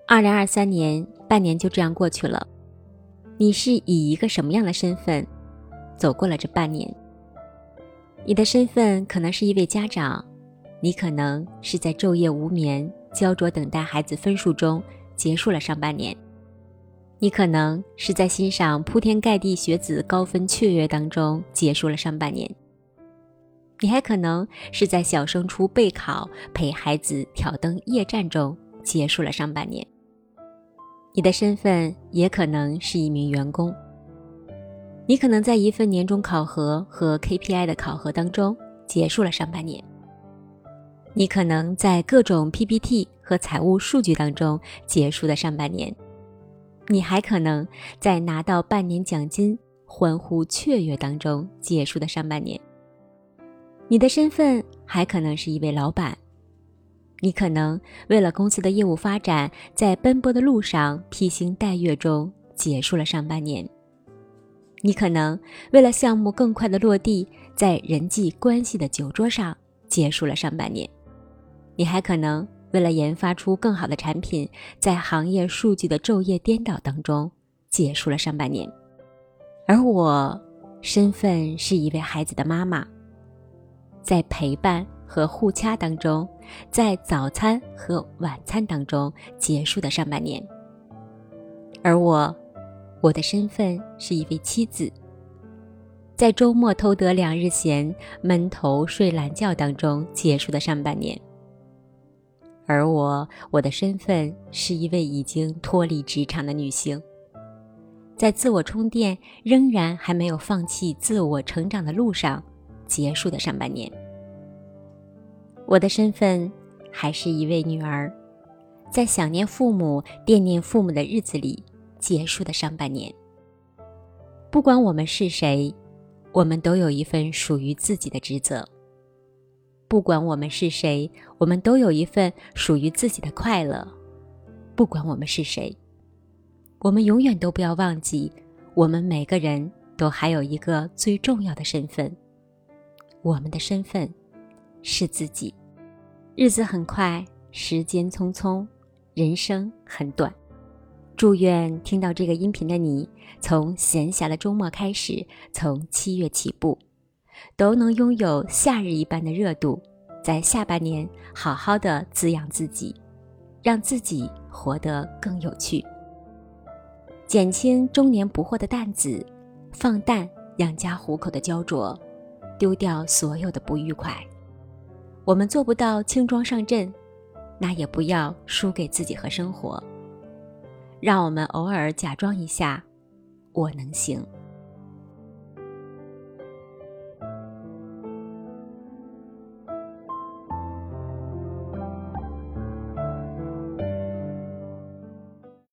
2023年半年就这样过去了，你是以一个什么样的身份走过了这半年？你的身份可能是一位家长，你可能是在昼夜无眠、焦灼等待孩子分数中结束了上半年，你可能是在欣赏铺天盖地学子高分雀跃当中结束了上半年，你还可能是在小升初备考、陪孩子挑灯夜战中结束了上半年。你的身份也可能是一名员工，你可能在一份年终考核和 KPI 的考核当中结束了上半年，你可能在各种 PPT 和财务数据当中结束了上半年，你还可能在拿到半年奖金欢呼雀跃当中结束的上半年。你的身份还可能是一位老板，你可能为了公司的业务发展，在奔波的路上披星戴月中结束了上半年。你可能为了项目更快的落地，在人际关系的酒桌上结束了上半年。你还可能为了研发出更好的产品，在行业数据的昼夜颠倒当中结束了上半年。而我身份是一位孩子的妈妈，在陪伴和互掐当中，在早餐和晚餐当中结束的上半年。而我的身份是一位妻子，在周末偷得2日闲，闷头睡懒觉当中结束的上半年。而我的身份是一位已经脱离职场的女性，在自我充电仍然还没有放弃自我成长的路上结束的上半年。我的身份还是一位女儿，在想念父母、惦念父母的日子里结束的上半年。不管我们是谁，我们都有一份属于自己的职责。不管我们是谁，我们都有一份属于自己的快乐。不管我们是谁，我们永远都不要忘记，我们每个人都还有一个最重要的身份，我们的身份是自己。日子很快，时间匆匆，人生很短。祝愿听到这个音频的你，从闲暇的周末开始，从7月起步，都能拥有夏日一般的热度，在下半年好好的滋养自己，让自己活得更有趣，减轻中年不惑的担子，放淡养家糊口的焦灼，丢掉所有的不愉快。我们做不到轻装上阵，那也不要输给自己和生活。让我们偶尔假装一下，我能行。